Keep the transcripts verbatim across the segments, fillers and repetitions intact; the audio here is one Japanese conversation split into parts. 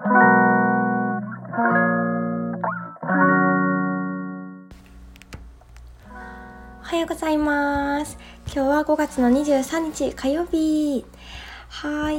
おはようございます。今日はごがつのにじゅうさんにち火曜日。はい、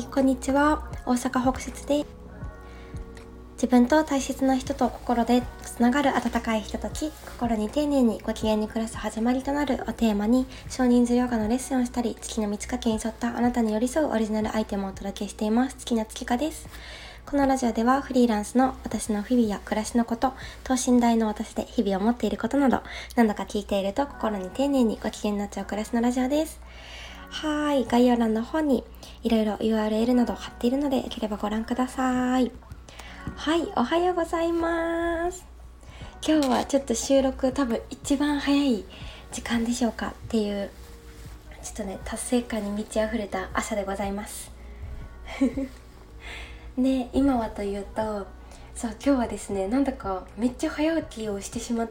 こんにちは。大阪北節で自分と大切な人と心でつながる温かいひととき、心に丁寧にご機嫌に暮らす始まりとなるをテーマに、少人数ヨガのレッスンをしたり、月の満ち欠けに沿ったあなたに寄り添うオリジナルアイテムをお届けしています。月の月花です。このラジオではフリーランスの私の日々や暮らしのこと、等身大の私で日々思っていることなど、なんだか聞いていると心に丁寧にご機嫌になっちゃう暮らしのラジオです。はい、概要欄の方にいろいろ ユーアールエル など貼っているので、よければご覧ください。はい、おはようございます。今日はちょっと収録多分一番早い時間でしょうかっていう、ちょっとね達成感に満ち溢れた朝でございますで、今はというと、そう今日はですね、なんだかめっちゃ早起きをしてしまって、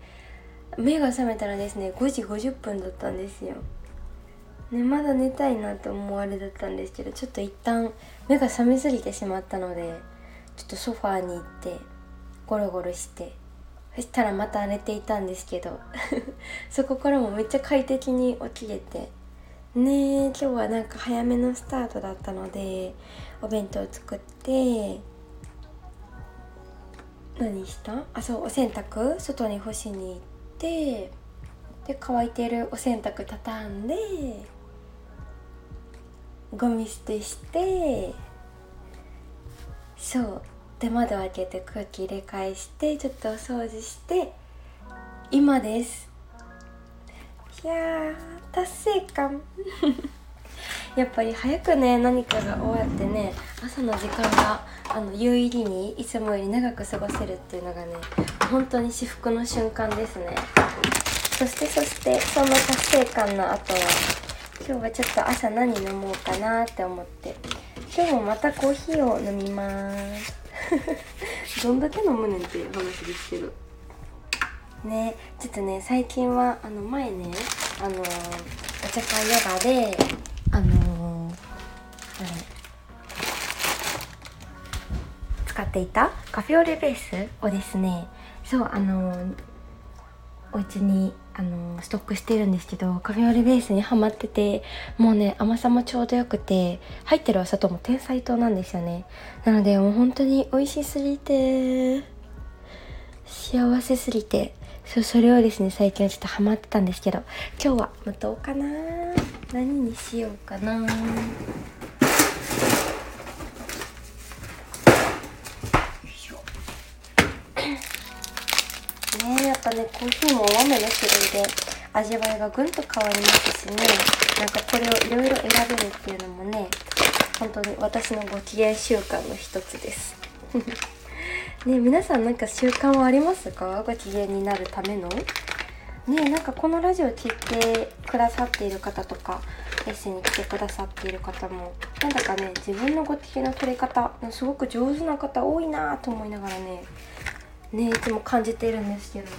目が覚めたらですねごじごじゅっぷんだったんですよ。ね、まだ寝たいなと思われだったんですけど、ちょっと一旦目が覚めすぎてしまったので、ちょっとソファーに行ってゴロゴロして、そしたらまた寝ていたんですけどそこからもめっちゃ快適に起きれてね。今日はなんか早めのスタートだったので、お弁当を作って、何したあそうお洗濯外に干しに行って、で乾いてるお洗濯畳んで、ゴミ捨てして、そうで窓開けて空気入れ替えして、ちょっとお掃除して、今です。いやー達成感やっぱり早くね何かが終わってね、朝の時間があの有意義にいつもより長く過ごせるっていうのがね、本当に至福の瞬間ですね。そしてそしてそんな達成感の後は、今日はちょっと朝何飲もうかなって思って、今日もまたコーヒーを飲みますどんだけ飲むねんっていう話ですけどね。ちょっとね最近はあの前ねあのー、お茶会ヨガであのー、使っていたカフェオレベースをですね、そうあのー、お家にあのストックしてるんですけど、カフェオレベースにハマってて、もうね甘さもちょうどよくて、入ってるお砂糖も天才糖なんですよね。なのでもう本当に美味しすぎて幸せすぎて、そうそれをですね最近はちょっとハマってたんですけど、今日はどうかな、何にしようかな。ね、やっぱねコーヒーも豆の種類で味わいがぐんと変わりますしね、なんかこれをいろいろ選べるっていうのもね、本当に私のご機嫌習慣の一つですね。皆さんなんか習慣はありますか？ご機嫌になるためのね。なんかこのラジオを聞いてくださっている方とか、レッスンに来てくださっている方も、なんだかね自分のご機嫌の取り方すごく上手な方多いなと思いながらねねいつも感じているんですけど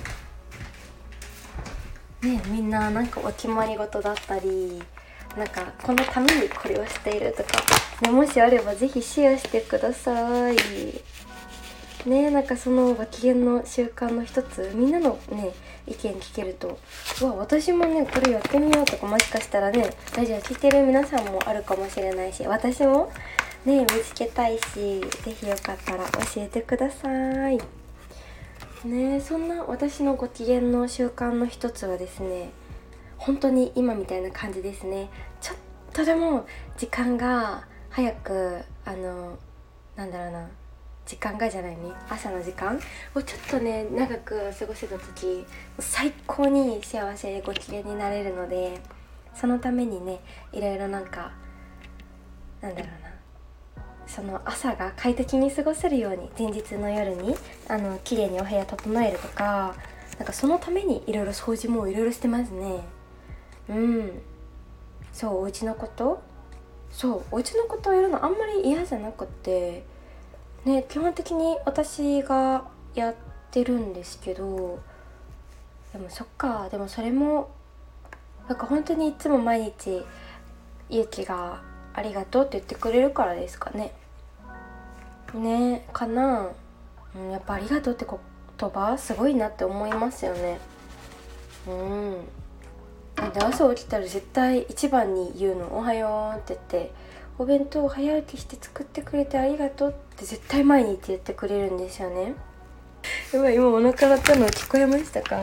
ね、みんななんかお決まり事だったり、なんかこのためにこれをしているとか、ね、もしあればぜひシェアしてくださいね。なんかそのご機嫌の習慣の一つ、みんなのね意見聞けると、うわ私もねこれやってみようとか、もしかしたらねラジオ聞いてる皆さんもあるかもしれないし、私もね見つけたいし、ぜひよかったら教えてくださいね。そんな私のご機嫌の習慣の一つはですね、本当に今みたいな感じですね。ちょっとでも時間が早く、あのなんだろうな時間がじゃないね朝の時間をちょっとね長く過ごせた時、最高に幸せでご機嫌になれるので、そのためにねいろいろなんかなんだろうなその朝が快適に過ごせるように、前日の夜にあの綺麗にお部屋整えるとか、なんかそのためにいろいろ掃除もいろいろしてますね。うんそうお家のことそうお家のことをやるのあんまり嫌じゃなくてね、基本的に私がやってるんですけど、でもそっかでもそれもなんか本当にいつも毎日ゆうきがありがとうって言ってくれるからですかね。 ねかな、うん、やっぱありがとうって言葉すごいなって思いますよね。うん。で朝起きたら絶対一番に言うのおはようって言って、お弁当を早起きして作ってくれてありがとうって絶対毎日言ってくれるんですよね。やばい、今お腹鳴ったの聞こえましたか？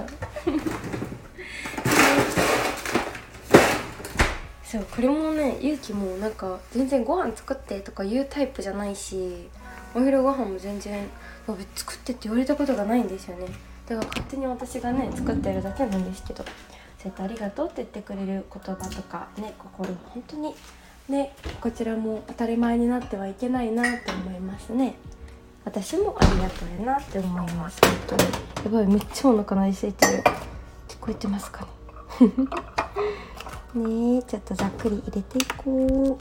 そう、これもね、ゆうきもなんか全然ご飯作ってとか言うタイプじゃないし、お昼ご飯も全然作ってって言われたことがないんですよね。だから勝手に私がね作ってるだけなんですけど、そうやってありがとうって言ってくれる言葉とかね、心本当にね、こちらも当たり前になってはいけないなと思いますね。私もありがとうやなって思います。本当にやばい、めっちゃお腹鳴りすいてる。聞こえてますかね？ねえ、ちょっとざっくり入れていこ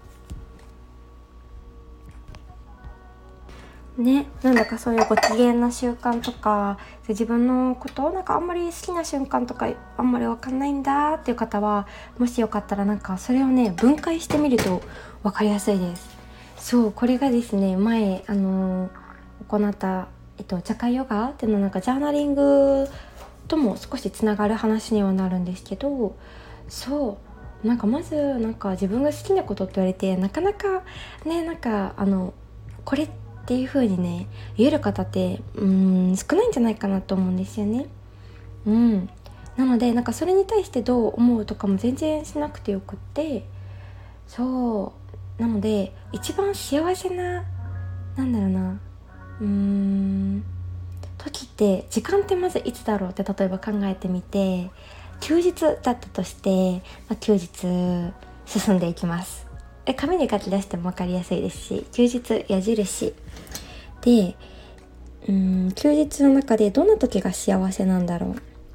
うね。なんだかそういうご機嫌な習慣とか、自分のことなんかあんまり好きな瞬間とかあんまり分かんないんだっていう方は、もしよかったらなんかそれをね分解してみると分かりやすいです。そう、これがですね、前あのー、行った、えっと、茶会ヨガっていうのなんかジャーナリングとも少しつながる話にはなるんですけど、そうなんかまずなんか自分が好きなことって言われてなかなかね、なんかあのこれっていう風にね言える方ってうーん少ないんじゃないかなと思うんですよね。うんなのでなんかそれに対してどう思うとかも全然しなくてよくって、そうなので一番幸せな、なんだろうな、うーん時って時間ってまずいつだろうって例えば考えてみて、休日だったとして、まあ、休日進んでいきます。え紙に書き出しても分かりやすいですし、休日矢印で、うーん休日の中でどんな時が幸せなんだろう。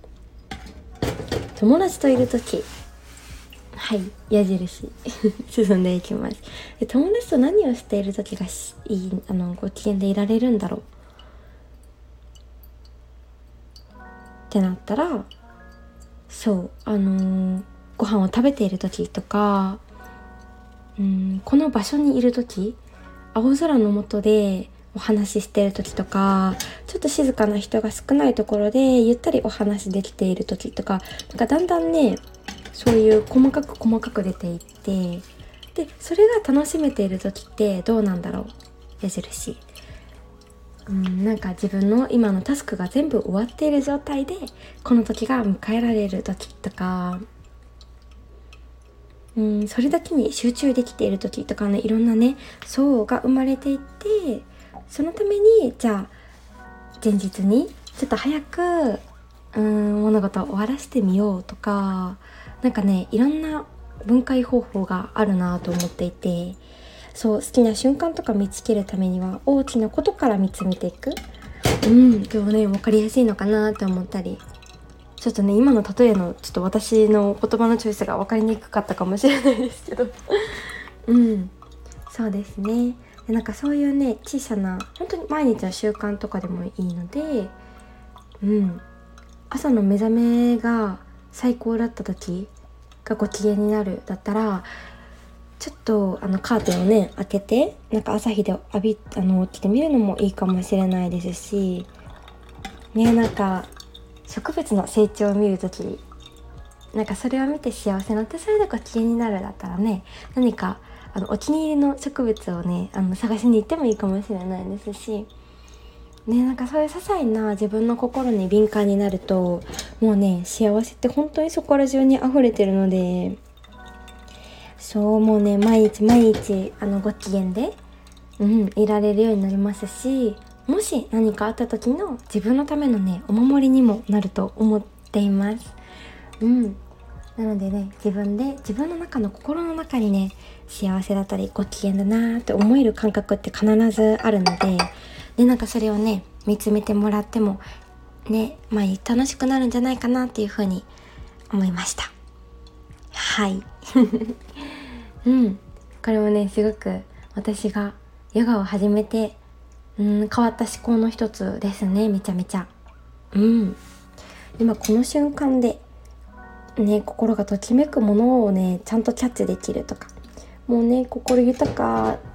友達といる時、はい、矢印進んでいきます。で友達と何をしている時がいい、あのご機嫌でいられるんだろうってなったら、そうあのー、ご飯を食べている時とか、うんこの場所にいる時、青空の下でお話ししている時とか、ちょっと静かな人が少ないところでゆったりお話できている時とか、なんかだんだんねそういう細かく細かく出ていって、でそれが楽しめている時ってどうなんだろう、矢印、うんなんか自分の今のタスクが全部終わっている状態でこの時が迎えられる時とか、うんそれだけに集中できている時とかね、いろんなね層が生まれていって、そのためにじゃあ前日にちょっと早くうん物事を終わらせてみようとか、なんかねいろんな分解方法があるなと思っていて、そう好きな瞬間とか見つけるためには大きなことから見つめていく、うん今日ね分かりやすいのかなって思ったり、ちょっとね今の例えのちょっと私の言葉のチョイスが分かりにくかったかもしれないですけどうんそうですね。でなんかそういうね小さな本当に毎日の習慣とかでもいいので、うん朝の目覚めが最高だった時がご機嫌になるだったら、ちょっとあのカーテンをね開けてなんか朝日で浴びあの起きてみるのもいいかもしれないですしね、なんか植物の成長を見るとき、なんかそれを見て幸せになってそれでご機嫌になるだったらね、何かあのお気に入りの植物をねあの探しに行ってもいいかもしれないですしね、なんかそういう些細な自分の心に敏感になるともうね幸せって本当にそこら中に溢れてるので、そうもうね毎日毎日あのご機嫌で、うん、いられるようになりますし、もし何かあった時の自分のためのねお守りにもなると思っています。うんなのでね自分で自分の中の心の中にね幸せだったりご機嫌だなーって思える感覚って必ずあるので、でなんかそれをね見つめてもらってもね毎日楽しくなるんじゃないかなっていうふうに思いました。はいうんこれもねすごく私がヨガを始めてうん変わった思考の一つですね。めちゃめちゃうん今この瞬間でね心がときめくものをねちゃんとキャッチできるとか、もうね心豊か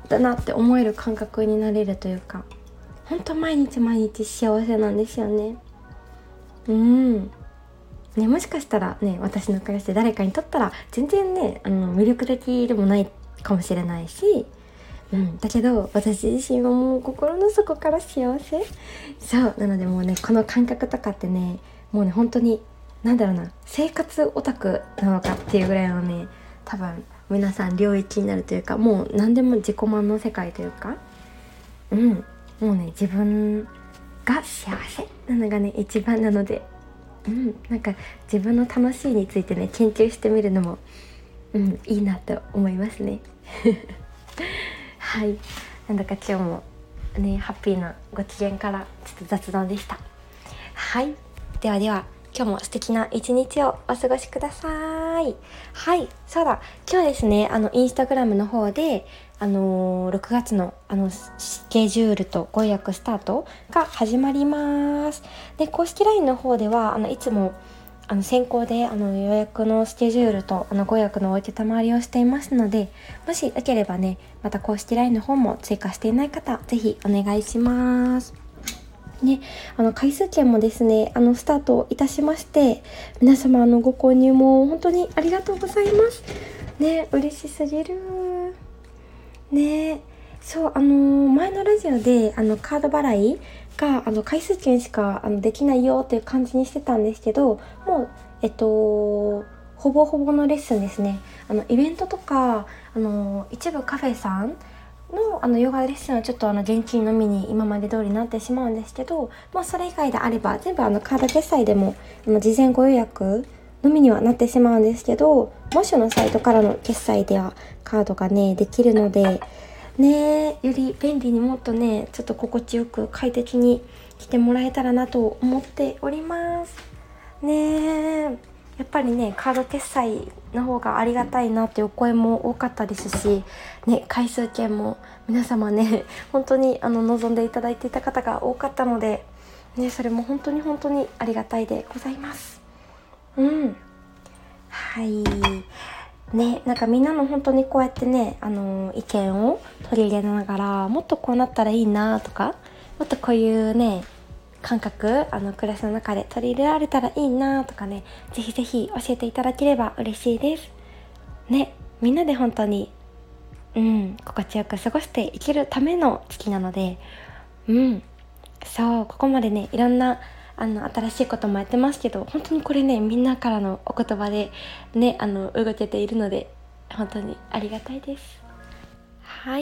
だなって思える感覚になれるというか、本当毎日毎日幸せなんですよね。うんね、もしかしたらね、私の暮らしで誰かにとったら全然ね、あの魅力的でもないかもしれないし、うん、だけど私自身はもう心の底から幸せ。そうなので、もうね、この感覚とかってね、もうね、本当になんだろうな、生活オタクなのかっていうぐらいのね、多分皆さん領域になるというか、もう何でも自己満の世界というか、うんもうね、自分が幸せなのがね一番なので、うん、なんか自分の楽しいについてね研究してみるのも、うん、いいなと思いますねはい、なんだか今日もねハッピーなご機嫌からちょっと雑談でした。はい、ではでは今日も素敵な一日をお過ごしください。はい、そうだ、今日ですね、あのインスタグラムの方であのー、ろくがつのあのスケジュールとご予約スタートが始まります。で、公式 ライン の方ではあのいつもあの先行であの予約のスケジュールとあのご予約のお受けたまわりをしていますので、もしよければね、また公式 ライン の方も追加していない方、ぜひお願いします。ね、あの回数券もですね、あのスタートいたしまして、皆様あのご購入も本当にありがとうございますね。嬉しすぎるね。そう、あのー前のラジオであのカード払いがあの回数券しかあのできないよっていう感じにしてたんですけど、もうえっとほぼほぼのレッスンですね、あのイベントとか、あのー一部カフェさんのあのヨガレッスンはちょっとあの現金のみに今まで通りになってしまうんですけど、もうそれ以外であれば全部あのカード決済でもあの事前ご予約のみにはなってしまうんですけど、モッシュのサイトからの決済ではカードがねできるのでね、より便利にもっとねちょっと心地よく快適に来てもらえたらなと思っておりますね。やっぱりね、カード決済の方がありがたいなっていうお声も多かったですし、ね、回数券も皆様ね本当にあの望んでいただいていた方が多かったので、ね、それも本当に本当にありがたいでございます。うんはいね、なんかみんなの本当にこうやってね、あのー意見を取り入れながら、もっとこうなったらいいなとか、もっとこういうね感覚、あの暮らしの中で取り入れられたらいいなとかね、ぜひぜひ教えていただければ嬉しいですね。みんなで本当にうん心地よく過ごしていけるための月なので、うんそう、ここまでねいろんなあの新しいこともやってますけど、本当にこれねみんなからのお言葉でねあの動けているので、本当にありがたいです。はい、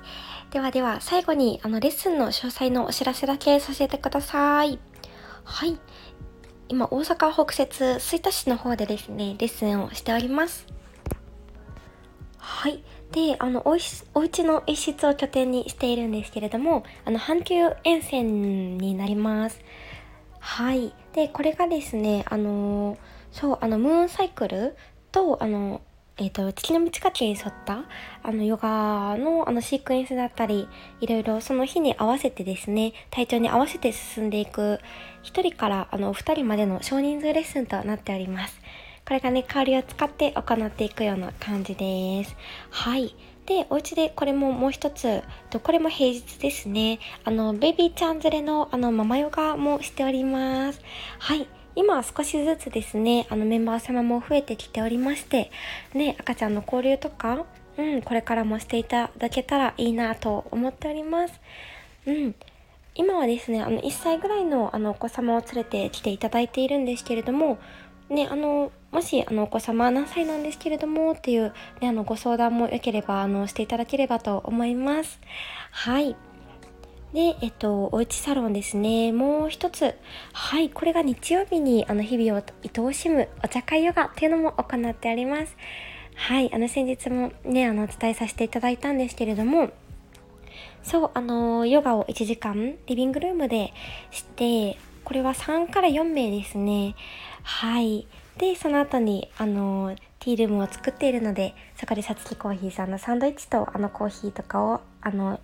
ではでは最後にあのレッスンの詳細のお知らせだけさせてください。はい、今大阪北摂吹田市の方でですねレッスンをしております。はい。で、あのおいしお家の一室を拠点にしているんですけれども、あの阪急沿線になります。はい。で、これがですね、あのーそう、あのムーンサイクルとあのえっ、と月の満ち欠けに沿ったあのヨガのあのシークエンスだったり、いろいろその日に合わせてですね、体調に合わせて進んでいくひとりからあのふたりまでの少人数レッスンとなっております。これがね、香りを使って行っていくような感じです。はい。で、お家でこれももう一つ、とこれも平日ですね。あの、ベイビーちゃん連れのあの、ママヨガもしております。はい。今は少しずつですね、あの、メンバー様も増えてきておりまして、ね、赤ちゃんの交流とか、うん、これからもしていただけたらいいなと思っております。うん。今はですね、あのいっさいぐらいのあのお子様を連れてきていただいているんですけれども、ね、あのもしあのお子様何歳なんですけれどもっていう、ね、あのご相談もよければあのしていただければと思います。はい。で、えっと、おうちサロンですね。もう一つ。はい。これが日曜日にあの日々を愛おしむお茶会ヨガっていうのも行っております。はい。あの先日もね、あのお伝えさせていただいたんですけれども、そう、あのヨガをいちじかんリビングルームでして、これはさんからよんめいですね。はい。で、その後に、あのティールームを作っているので、そこでさつきコーヒーさんのサンドイッチとあのコーヒーとかを、あの、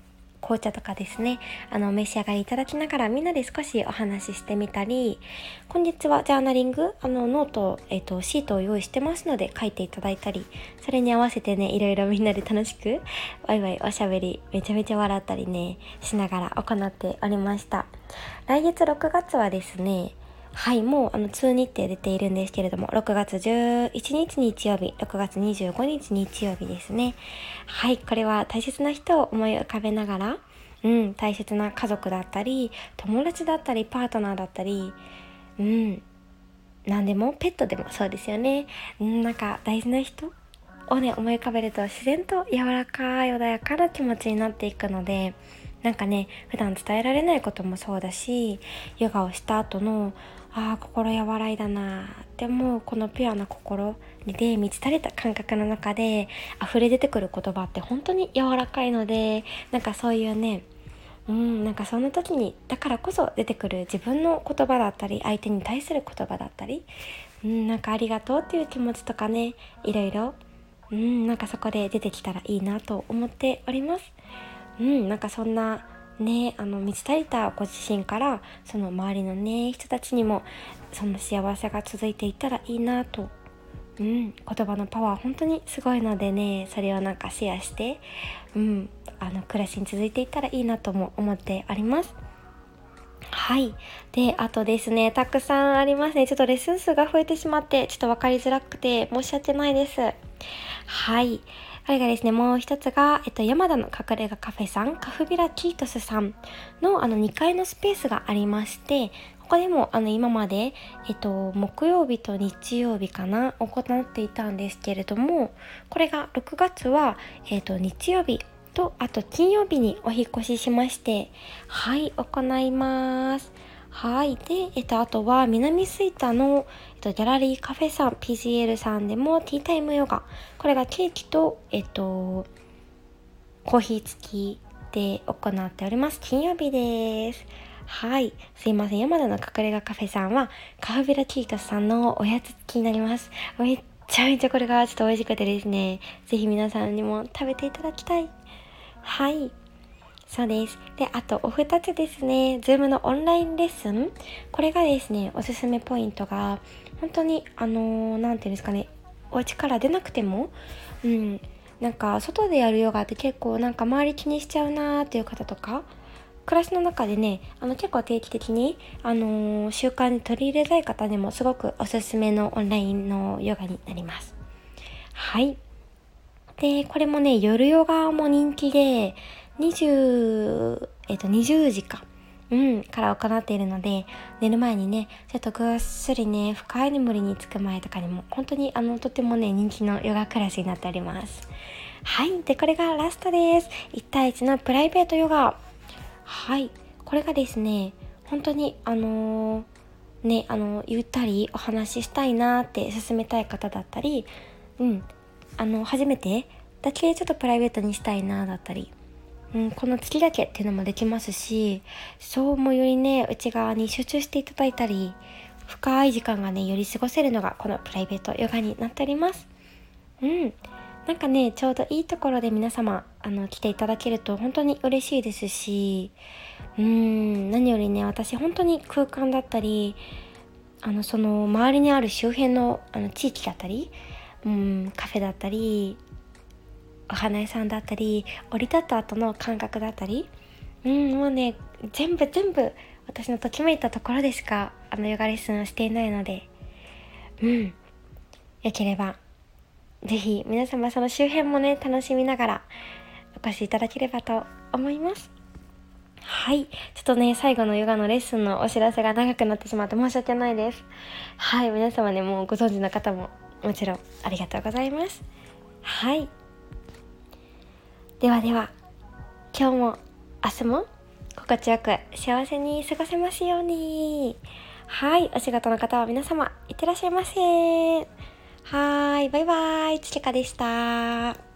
紅茶とかですね、あのお召し上がりいただきながらみんなで少しお話ししてみたり、今月はジャーナリング、あのノート、えっと、シートを用意してますので書いていただいたり、それに合わせてね、いろいろみんなで楽しくワイワイおしゃべりめちゃめちゃ笑ったりねしながら行っておりました。来月ろくがつはですね、はい、もうあの通日程出ているんですけれども、ろくがつじゅういちにち日曜日、ろくがつにじゅうごにち日曜日ですね。はい、これは大切な人を思い浮かべながら、うん、大切な家族だったり、友達だったり、パートナーだったり、うん、何でも、ペットでもそうですよね。うん、なんか大事な人をね、思い浮かべると自然と柔らかい穏やかな気持ちになっていくので、なんかね、普段伝えられないこともそうだし、ヨガをした後のあー心和らいだなって思うこのピュアな心で満ち足りた感覚の中で溢れ出てくる言葉って本当に柔らかいので、なんかそういうね、うんなんかその時にだからこそ出てくる自分の言葉だったり、相手に対する言葉だったり、うんなんかありがとうっていう気持ちとかね、いろいろうんなんかそこで出てきたらいいなと思っております。うんなんかそんなね、あの満ち足りたご自身からその周りのね人たちにもその幸せが続いていったらいいなと、うん、言葉のパワー本当にすごいのでね、それをなんかシェアして、うん、あの暮らしに続いていったらいいなとも思っております。はい。で、あとですね、たくさんありますね。ちょっとレッスン数が増えてしまって、ちょっと分かりづらくて申し訳ないです。はい。あれがですね、もう一つが、えっと、山田の隠れ家カフェさん、カフビラキートスさんのあのにかいのスペースがありまして、ここでもあの今まで、えっと、木曜日と日曜日かな、行っていたんですけれども、これがろくがつは、えっと、日曜日と、あと金曜日にお引越ししまして、はい、行います。はい。で、えっと、あとは、南吹田の、えっと、ギャラリーカフェさん、ピージーエル さんでもティータイムヨガ。これがケーキと、えっと、コーヒー付きで行っております。金曜日です。はい。すいません。山田の隠れ家カフェさんは、カフベラキートスさんのおやつ付きになります。めっちゃめちゃこれがちょっと美味しくてですね、ぜひ皆さんにも食べていただきたい。はい。そうです。で、あとお二つですね、ズームのオンラインレッスン。これがですね、おすすめポイントが、本当に、あのー、なんていうんですかね、お家から出なくても、うん、なんか外でやるヨガって結構なんか周り気にしちゃうなーっていう方とか、暮らしの中でね、あの結構定期的に、あのー、習慣に取り入れたい方にもすごくおすすめのオンラインのヨガになります。はい。で、これもね、夜ヨガも人気で、にじゅう、えっと、にじゅうじか。うん、から行っているので、寝る前にね、ちょっとぐっすりね、深い眠りにつく前とかにも、本当にあの、とてもね、人気のヨガクラスになっております。はい。で、これがラストです。いち対いちのプライベートヨガ。はい。これがですね、本当に、あのー、ね、あの、ゆったりお話ししたいなーって勧めたい方だったり、うん、あの、初めてだけちょっとプライベートにしたいなーだったり、うん、この月だけっていうのもできますし、そうもよりね、内側に集中していただいたり、深い時間がね、より過ごせるのがこのプライベートヨガになっております。うん。なんかね、ちょうどいいところで皆様、あの、来ていただけると本当に嬉しいですし、うーん、何よりね、私本当に空間だったり、あの、その周りにある周辺の、あの地域だったり、うん、カフェだったり、お花屋さんだったり、降り立った後の感覚だったり、うん、もうね、全部全部私のときめいたところでしか、あの、ヨガレッスンをしていないので、うん、よければ、ぜひ皆様その周辺もね、楽しみながらお越しいただければと思います。はい。ちょっとね、最後のヨガのレッスンのお知らせが長くなってしまって申し訳ないです。はい。皆様ね、もうご存知の方ももちろんありがとうございます。はい。ではでは、今日も明日も心地よく幸せに過ごせますように。はい。お仕事の方は皆様、いってらっしゃいませ。はーい。バイバイ。つきかでした。